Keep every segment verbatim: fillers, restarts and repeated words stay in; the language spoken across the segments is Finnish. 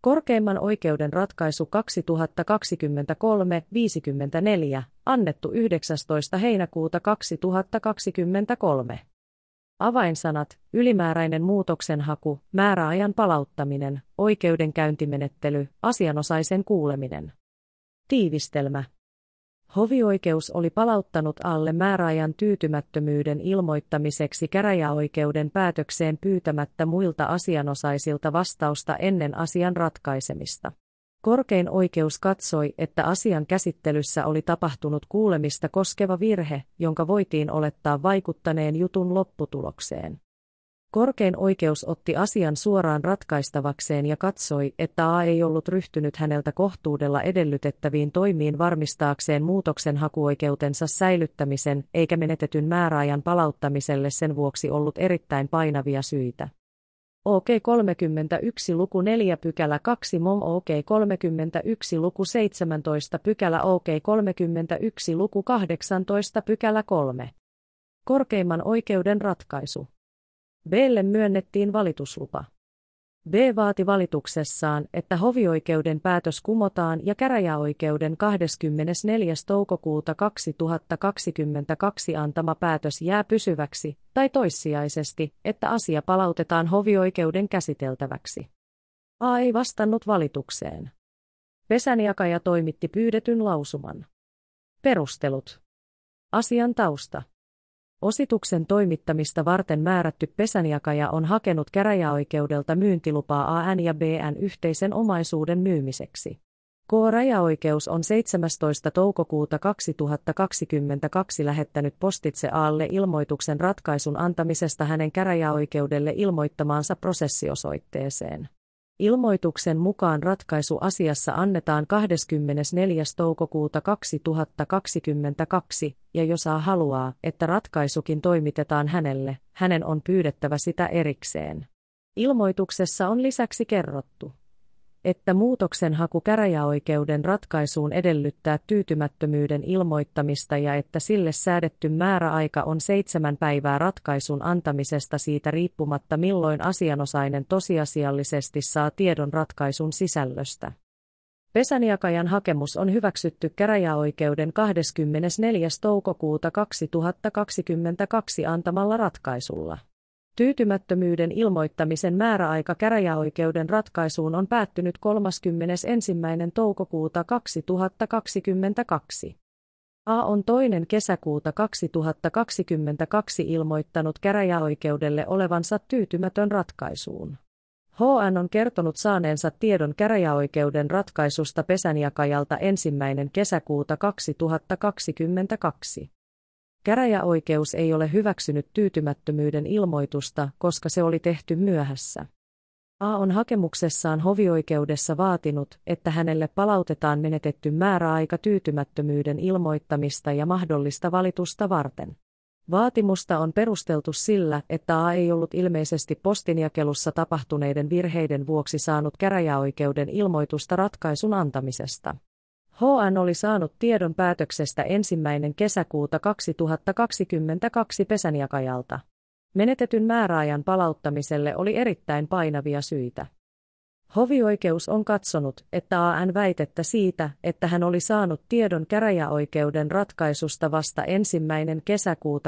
Korkeimman oikeuden ratkaisu kaksituhattakaksikymmentäkolme viisikymmentäneljä, annettu yhdeksästoista heinäkuuta kaksituhattakaksikymmentäkolme. Avainsanat: ylimääräinen muutoksenhaku, määräajan palauttaminen, oikeudenkäyntimenettely, asianosaisen kuuleminen. Tiivistelmä. Hovioikeus oli palauttanut alle määräajan tyytymättömyyden ilmoittamiseksi käräjäoikeuden päätökseen pyytämättä muilta asianosaisilta vastausta ennen asian ratkaisemista. Korkein oikeus katsoi, että asian käsittelyssä oli tapahtunut kuulemista koskeva virhe, jonka voitiin olettaa vaikuttaneen jutun lopputulokseen. Korkein oikeus otti asian suoraan ratkaistavakseen ja katsoi, että A ei ollut ryhtynyt häneltä kohtuudella edellytettäviin toimiin varmistaakseen muutoksenhakuoikeutensa säilyttämisen, eikä menetetyn määräajan palauttamiselle sen vuoksi ollut erittäin painavia syitä. O K kolmekymmentäyksi luku neljä pykälä kaksi mom O K kolmekymmentäyksi luku seitsemäntoista pykälä O K kolmekymmentäyksi luku kahdeksantoista pykälä kolme. Korkeimman oikeuden ratkaisu. B:lle myönnettiin valituslupa. B vaati valituksessaan, että hovioikeuden päätös kumotaan ja käräjäoikeuden kahdeskymmenesneljäs toukokuuta kaksituhattakaksikymmentäkaksi antama päätös jää pysyväksi, tai toissijaisesti, että asia palautetaan hovioikeuden käsiteltäväksi. A ei vastannut valitukseen. Pesänjakaja toimitti pyydetyn lausuman. Perustelut. Asian tausta. Osituksen toimittamista varten määrätty pesänjakaja on hakenut käräjäoikeudelta myyntilupaa A N ja B N yhteisen omaisuuden myymiseksi. K-rajaoikeus on seitsemästoista toukokuuta kaksituhattakaksikymmentäkaksi lähettänyt postitse A:lle ilmoituksen ratkaisun antamisesta hänen käräjäoikeudelle ilmoittamaansa prosessiosoitteeseen. Ilmoituksen mukaan ratkaisu asiassa annetaan kahdeskymmenesneljäs toukokuuta kaksituhattakaksikymmentäkaksi, ja jos A haluaa, että ratkaisukin toimitetaan hänelle, hänen on pyydettävä sitä erikseen. Ilmoituksessa on lisäksi kerrottu, että muutoksenhaku käräjäoikeuden ratkaisuun edellyttää tyytymättömyyden ilmoittamista ja että sille säädetty määräaika on seitsemän päivää ratkaisun antamisesta siitä riippumatta milloin asianosainen tosiasiallisesti saa tiedon ratkaisun sisällöstä. Pesänjakajan hakemus on hyväksytty käräjäoikeuden kahdeskymmenesneljäs toukokuuta kaksituhattakaksikymmentäkaksi antamalla ratkaisulla. Tyytymättömyyden ilmoittamisen määräaika käräjäoikeuden ratkaisuun on päättynyt kolmaskymmenesensimmäinen toukokuuta kaksituhattakaksikymmentäkaksi. A on toinen kesäkuuta kaksituhattakaksikymmentäkaksi ilmoittanut käräjäoikeudelle olevansa tyytymätön ratkaisuun. H N on kertonut saaneensa tiedon käräjäoikeuden ratkaisusta pesänjakajalta ensimmäinen kesäkuuta kaksituhattakaksikymmentäkaksi. Käräjäoikeus ei ole hyväksynyt tyytymättömyyden ilmoitusta, koska se oli tehty myöhässä. A on hakemuksessaan hovioikeudessa vaatinut, että hänelle palautetaan menetetty määräaika tyytymättömyyden ilmoittamista ja mahdollista valitusta varten. Vaatimusta on perusteltu sillä, että A ei ollut ilmeisesti postinjakelussa tapahtuneiden virheiden vuoksi saanut käräjäoikeuden ilmoitusta ratkaisun antamisesta. H N oli saanut tiedon päätöksestä ensimmäinen kesäkuuta kaksituhattakaksikymmentäkaksi pesänjakajalta. Menetetyn määräajan palauttamiselle oli erittäin painavia syitä. Hovioikeus on katsonut, että A N väitettä siitä, että hän oli saanut tiedon käräjäoikeuden ratkaisusta vasta ensimmäinen kesäkuuta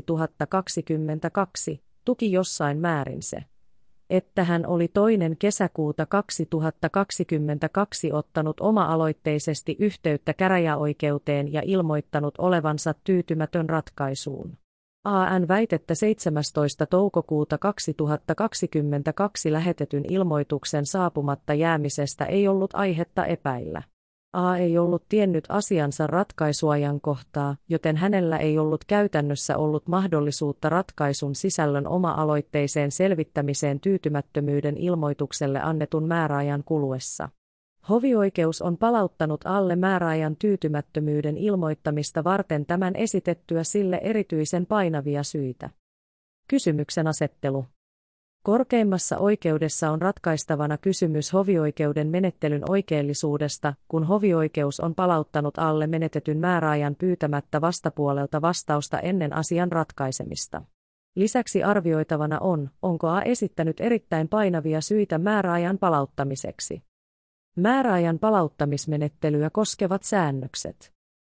kaksituhattakaksikymmentäkaksi, tuki jossain määrin se, että hän oli toinen kesäkuuta kaksituhattakaksikymmentäkaksi ottanut oma-aloitteisesti yhteyttä käräjäoikeuteen ja ilmoittanut olevansa tyytymätön ratkaisuun. A N väitettä seitsemästoista toukokuuta kaksituhattakaksikymmentäkaksi lähetetyn ilmoituksen saapumatta jäämisestä ei ollut aihetta epäillä. A ei ollut tiennyt asiansa ratkaisuajankohtaa, joten hänellä ei ollut käytännössä ollut mahdollisuutta ratkaisun sisällön oma-aloitteiseen selvittämiseen tyytymättömyyden ilmoitukselle annetun määräajan kuluessa. Hovioikeus on palauttanut alle määräajan tyytymättömyyden ilmoittamista varten tämän esitettyä sille erityisen painavia syitä. Kysymyksen asettelu. Korkeimmassa oikeudessa on ratkaistavana kysymys hovioikeuden menettelyn oikeellisuudesta, kun hovioikeus on palauttanut alle menetetyn määräajan pyytämättä vastapuolelta vastausta ennen asian ratkaisemista. Lisäksi arvioitavana on, onko A esittänyt erittäin painavia syitä määräajan palauttamiseksi. Määräajan palauttamismenettelyä koskevat säännökset.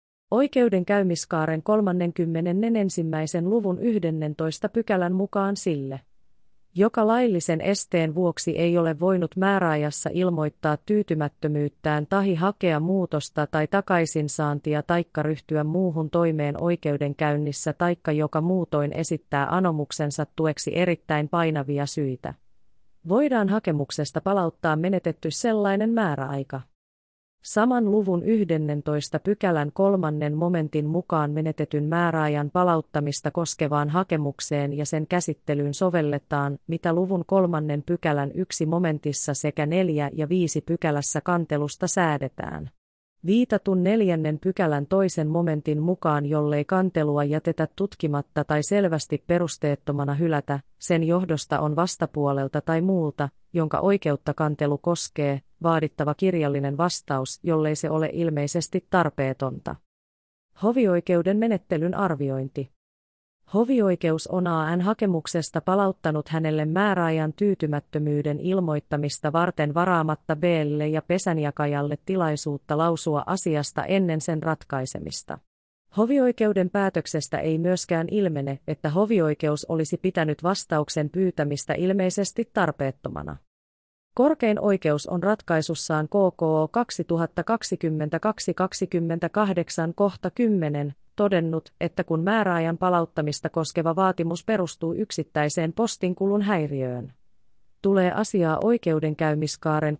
Oikeudenkäymiskaaren kolmaskymmenesensimmäinen luvun yhdennentoista pykälän mukaan sille, joka laillisen esteen vuoksi ei ole voinut määräajassa ilmoittaa tyytymättömyyttään tahi hakea muutosta tai takaisinsaantia taikka ryhtyä muuhun toimeen oikeudenkäynnissä taikka joka muutoin esittää anomuksensa tueksi erittäin painavia syitä, voidaan hakemuksesta palauttaa menetetty sellainen määräaika. Saman luvun yhdennentoista pykälän kolmannen momentin mukaan menetetyn määräajan palauttamista koskevaan hakemukseen ja sen käsittelyyn sovelletaan, mitä luvun kolmannen pykälän yksi momentissa sekä neljä ja viisi pykälässä kantelusta säädetään. Viitatun neljännen pykälän toisen momentin mukaan, jollei kantelua jätetä tutkimatta tai selvästi perusteettomana hylätä, sen johdosta on vastapuolelta tai muulta, jonka oikeutta kantelu koskee, vaadittava kirjallinen vastaus, jollei se ole ilmeisesti tarpeetonta. Hovioikeuden menettelyn arviointi. Hovioikeus on A N-hakemuksesta palauttanut hänelle määräajan tyytymättömyyden ilmoittamista varten varaamatta B:lle ja pesänjakajalle tilaisuutta lausua asiasta ennen sen ratkaisemista. Hovioikeuden päätöksestä ei myöskään ilmene, että hovioikeus olisi pitänyt vastauksen pyytämistä ilmeisesti tarpeettomana. Korkein oikeus on ratkaisussaan K K O kaksituhattakaksikymmentäkaksi kaksikymmentäkahdeksan kohta kymmenen todennut, että kun määräajan palauttamista koskeva vaatimus perustuu yksittäiseen postinkulun häiriöön, tulee asiaa oikeudenkäymiskaaren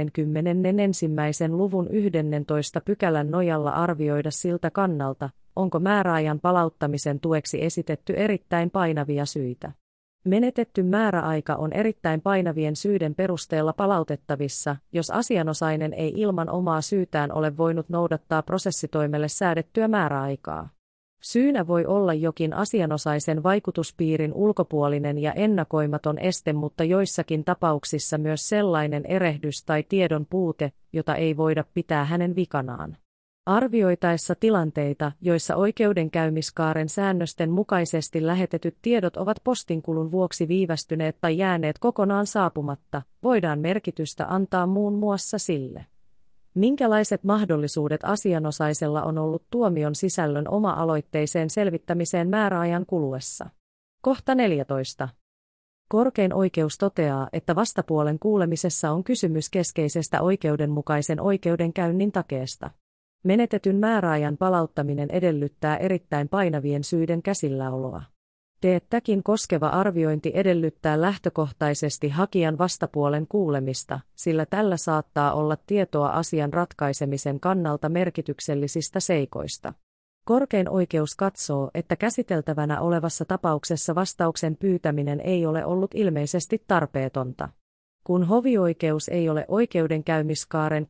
kolmaskymmenesensimmäinen luvun yhdennentoista pykälän nojalla arvioida siltä kannalta, onko määräajan palauttamisen tueksi esitetty erittäin painavia syitä. Menetetty määräaika on erittäin painavien syiden perusteella palautettavissa, jos asianosainen ei ilman omaa syytään ole voinut noudattaa prosessitoimelle säädettyä määräaikaa. Syynä voi olla jokin asianosaisen vaikutuspiirin ulkopuolinen ja ennakoimaton este, mutta joissakin tapauksissa myös sellainen erehdys tai tiedon puute, jota ei voida pitää hänen vikanaan. Arvioitaessa tilanteita, joissa oikeudenkäymiskaaren säännösten mukaisesti lähetetyt tiedot ovat postinkulun vuoksi viivästyneet tai jääneet kokonaan saapumatta, voidaan merkitystä antaa muun muassa sille, minkälaiset mahdollisuudet asianosaisella on ollut tuomion sisällön oma-aloitteiseen selvittämiseen määräajan kuluessa. Kohta neljätoista. Korkein oikeus toteaa, että vastapuolen kuulemisessa on kysymys keskeisestä oikeudenmukaisen oikeudenkäynnin takeesta. Menetetyn määräajan palauttaminen edellyttää erittäin painavien syiden käsilläoloa. Teettäkin koskeva arviointi edellyttää lähtökohtaisesti hakijan vastapuolen kuulemista, sillä tällä saattaa olla tietoa asian ratkaisemisen kannalta merkityksellisistä seikoista. Korkein oikeus katsoo, että käsiteltävänä olevassa tapauksessa vastauksen pyytäminen ei ole ollut ilmeisesti tarpeetonta. Kun hovioikeus ei ole oikeudenkäymiskaaren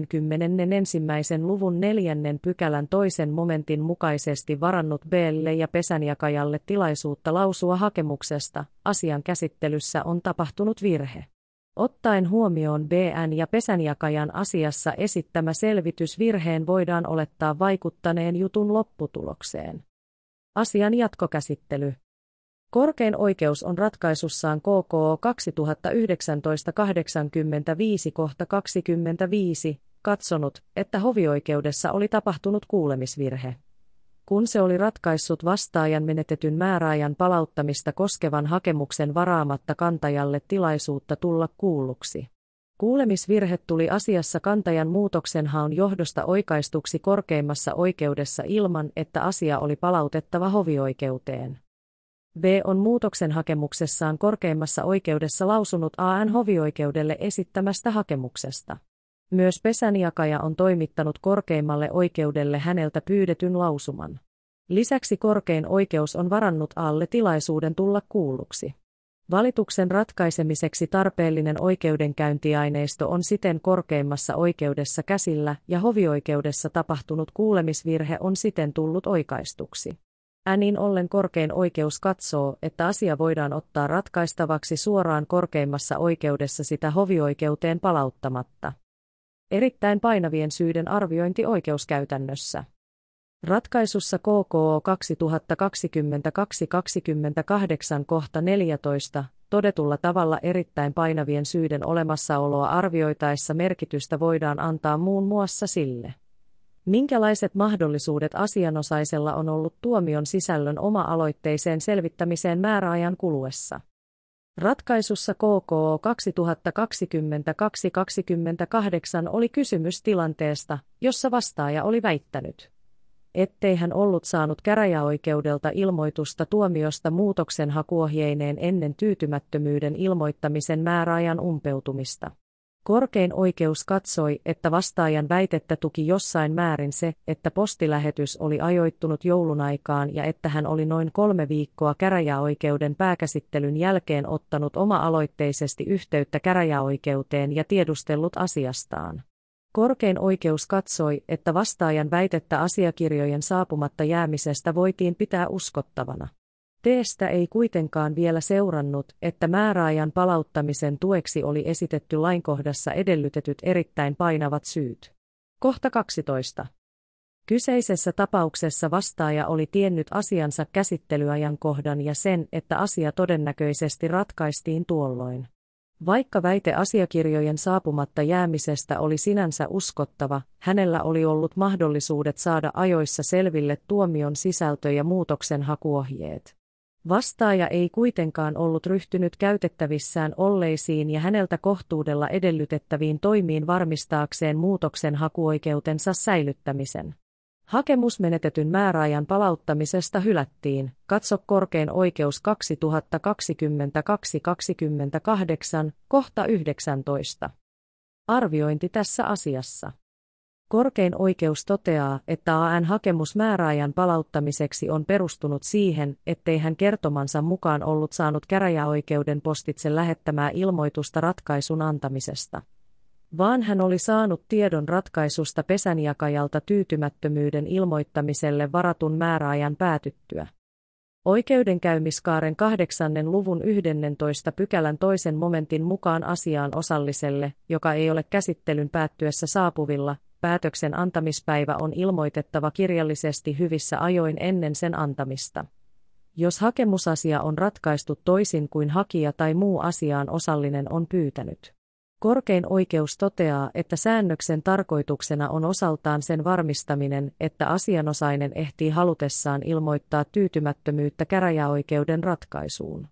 kolmaskymmenesensimmäinen luvun neljännen pykälän toisen momentin mukaisesti varannut B:lle ja pesänjakajalle tilaisuutta lausua hakemuksesta, asian käsittelyssä on tapahtunut virhe. Ottaen huomioon B:n ja pesänjakajan asiassa esittämä selvitys, virheen voidaan olettaa vaikuttaneen jutun lopputulokseen. Asian jatkokäsittely. Korkein oikeus on ratkaisussaan K K O kaksituhattayhdeksäntoista kahdeksankymmentäviisi kohta kaksikymmentäviisi katsonut, että hovioikeudessa oli tapahtunut kuulemisvirhe, kun se oli ratkaissut vastaajan menetetyn määräajan palauttamista koskevan hakemuksen varaamatta kantajalle tilaisuutta tulla kuulluksi. Kuulemisvirhe tuli asiassa kantajan muutoksenhaun johdosta oikaistuksi korkeimmassa oikeudessa ilman, että asia oli palautettava hovioikeuteen. B on muutoksenhakemuksessaan korkeimmassa oikeudessa lausunut A N-hovioikeudelle esittämästä hakemuksesta. Myös pesänjakaja on toimittanut korkeimmalle oikeudelle häneltä pyydetyn lausuman. Lisäksi korkein oikeus on varannut A:lle tilaisuuden tulla kuulluksi. Valituksen ratkaisemiseksi tarpeellinen oikeudenkäyntiaineisto on siten korkeimmassa oikeudessa käsillä ja hovioikeudessa tapahtunut kuulemisvirhe on siten tullut oikaistuksi. Niin ollen korkein oikeus katsoo, että asia voidaan ottaa ratkaistavaksi suoraan korkeimmassa oikeudessa sitä hovioikeuteen palauttamatta. Erittäin painavien syiden arviointi oikeuskäytännössä. Ratkaisussa K K O kaksituhattakaksikymmentäkaksi kaksikymmentäkahdeksan kohta neljätoista todetulla tavalla erittäin painavien syiden olemassaoloa arvioitaessa merkitystä voidaan antaa muun muassa sille, minkälaiset mahdollisuudet asianosaisella on ollut tuomion sisällön oma-aloitteiseen selvittämiseen määräajan kuluessa. Ratkaisussa K K O kaksituhattakaksikymmentäkaksi kaksikymmentäkahdeksan oli kysymys tilanteesta, jossa vastaaja oli väittänyt, ettei hän ollut saanut käräjäoikeudelta ilmoitusta tuomiosta muutoksenhakuohjeineen ennen tyytymättömyyden ilmoittamisen määräajan umpeutumista. Korkein oikeus katsoi, että vastaajan väitettä tuki jossain määrin se, että postilähetys oli ajoittunut joulun aikaan ja että hän oli noin kolme viikkoa käräjäoikeuden pääkäsittelyn jälkeen ottanut oma-aloitteisesti yhteyttä käräjäoikeuteen ja tiedustellut asiastaan. Korkein oikeus katsoi, että vastaajan väitettä asiakirjojen saapumatta jäämisestä voitiin pitää uskottavana. Teestä ei kuitenkaan vielä seurannut, että määräajan palauttamisen tueksi oli esitetty lainkohdassa edellytetyt erittäin painavat syyt. Kohta kaksitoista. Kyseisessä tapauksessa vastaaja oli tiennyt asiansa käsittelyajankohdan ja sen, että asia todennäköisesti ratkaistiin tuolloin. Vaikka väite asiakirjojen saapumatta jäämisestä oli sinänsä uskottava, hänellä oli ollut mahdollisuudet saada ajoissa selville tuomion sisältö ja muutoksenhakuohjeet. Vastaaja ei kuitenkaan ollut ryhtynyt käytettävissään olleisiin ja häneltä kohtuudella edellytettäviin toimiin varmistaakseen muutoksenhakuoikeutensa säilyttämisen. Hakemus menetetyn määräajan palauttamisesta hylättiin. Katso korkein oikeus kaksituhattakaksikymmentäkaksi kaksikymmentäkahdeksan, kohta yhdeksäntoista. Arviointi tässä asiassa. Korkein oikeus toteaa, että A N hakemus määräajan palauttamiseksi on perustunut siihen, ettei hän kertomansa mukaan ollut saanut käräjäoikeuden postitse lähettämää ilmoitusta ratkaisun antamisesta, vaan hän oli saanut tiedon ratkaisusta pesänjakajalta tyytymättömyyden ilmoittamiselle varatun määräajan päätyttyä. Oikeudenkäymiskaaren kahdeksannen luvun yhdennentoista pykälän toisen momentin mukaan asiaan osalliselle, joka ei ole käsittelyn päättyessä saapuvilla, päätöksen antamispäivä on ilmoitettava kirjallisesti hyvissä ajoin ennen sen antamista. Jos hakemusasia on ratkaistu toisin kuin hakija tai muu asiaan osallinen on pyytänyt. Korkein oikeus toteaa, että säännöksen tarkoituksena on osaltaan sen varmistaminen, että asianosainen ehtii halutessaan ilmoittaa tyytymättömyyttä käräjäoikeuden ratkaisuun.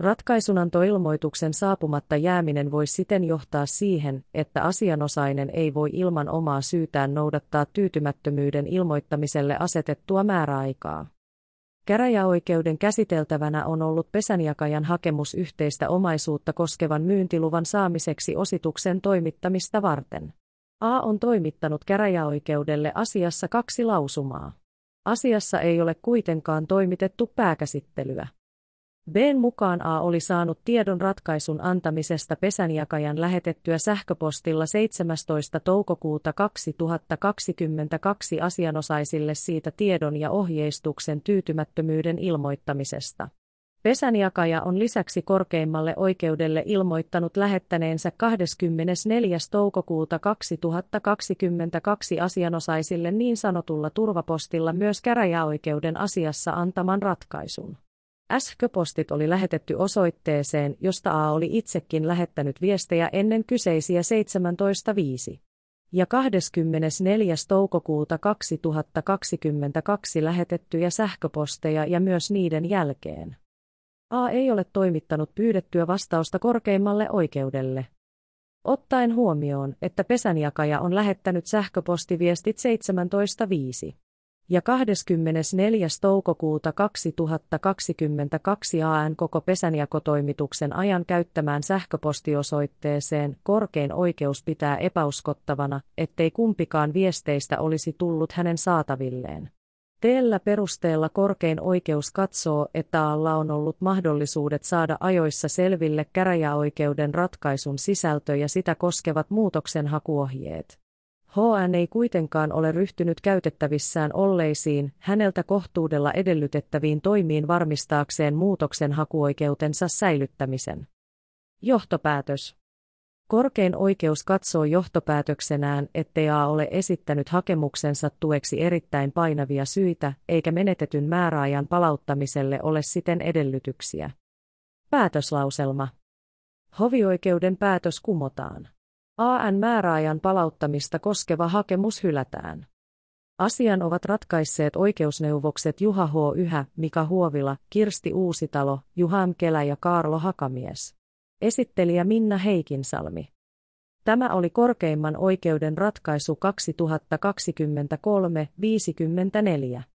Ratkaisunantoilmoituksen saapumatta jääminen voi siten johtaa siihen, että asianosainen ei voi ilman omaa syytään noudattaa tyytymättömyyden ilmoittamiselle asetettua määräaikaa. Käräjäoikeuden käsiteltävänä on ollut pesänjakajan hakemus yhteistä omaisuutta koskevan myyntiluvan saamiseksi osituksen toimittamista varten. A on toimittanut käräjäoikeudelle asiassa kaksi lausumaa. Asiassa ei ole kuitenkaan toimitettu pääkäsittelyä. B:n mukaan A oli saanut tiedon ratkaisun antamisesta pesänjakajan lähetettyä sähköpostilla seitsemästoista toukokuuta kaksituhattakaksikymmentäkaksi asianosaisille siitä tiedon ja ohjeistuksen tyytymättömyyden ilmoittamisesta. Pesänjakaja on lisäksi korkeimmalle oikeudelle ilmoittanut lähettäneensä kahdeskymmenesneljäs toukokuuta kaksituhattakaksikymmentäkaksi asianosaisille niin sanotulla turvapostilla myös käräjäoikeuden asiassa antaman ratkaisun. Sähköpostit oli lähetetty osoitteeseen, josta A oli itsekin lähettänyt viestejä ennen kyseisiä seitsemäntoista viisi. Ja kahdeskymmenesneljäs toukokuuta kaksituhattakaksikymmentäkaksi lähetettyjä sähköposteja ja myös niiden jälkeen. A ei ole toimittanut pyydettyä vastausta korkeimmalle oikeudelle. Ottaen huomioon, että pesänjakaja on lähettänyt sähköpostiviestit seitsemäntoista viisi. Ja kahdeskymmenesneljäs toukokuuta kaksituhattakaksikymmentäkaksi A N koko pesänjakotoimituksen ajan käyttämään sähköpostiosoitteeseen korkein oikeus pitää epäuskottavana, ettei kumpikaan viesteistä olisi tullut hänen saatavilleen. Tällä perusteella korkein oikeus katsoo, että A:lla on ollut mahdollisuudet saada ajoissa selville käräjäoikeuden ratkaisun sisältö ja sitä koskevat muutoksenhakuohjeet. H N ei kuitenkaan ole ryhtynyt käytettävissään olleisiin, häneltä kohtuudella edellytettäviin toimiin varmistaakseen muutoksenhakuoikeutensa säilyttämisen. Johtopäätös. Korkein oikeus katsoo johtopäätöksenään, ettei A ole esittänyt hakemuksensa tueksi erittäin painavia syitä, eikä menetetyn määräajan palauttamiselle ole siten edellytyksiä. Päätöslauselma. Hovioikeuden päätös kumotaan. A N määräajan palauttamista koskeva hakemus hylätään. Asian ovat ratkaisseet oikeusneuvokset Juha H. Yhä, Mika Huovila, Kirsti Uusitalo, Juha M. Kelä ja Kaarlo Hakamies. Esittelijä Minna Heikinsalmi. Tämä oli korkeimman oikeuden ratkaisu kaksituhattakaksikymmentäkolme viisikymmentäneljä.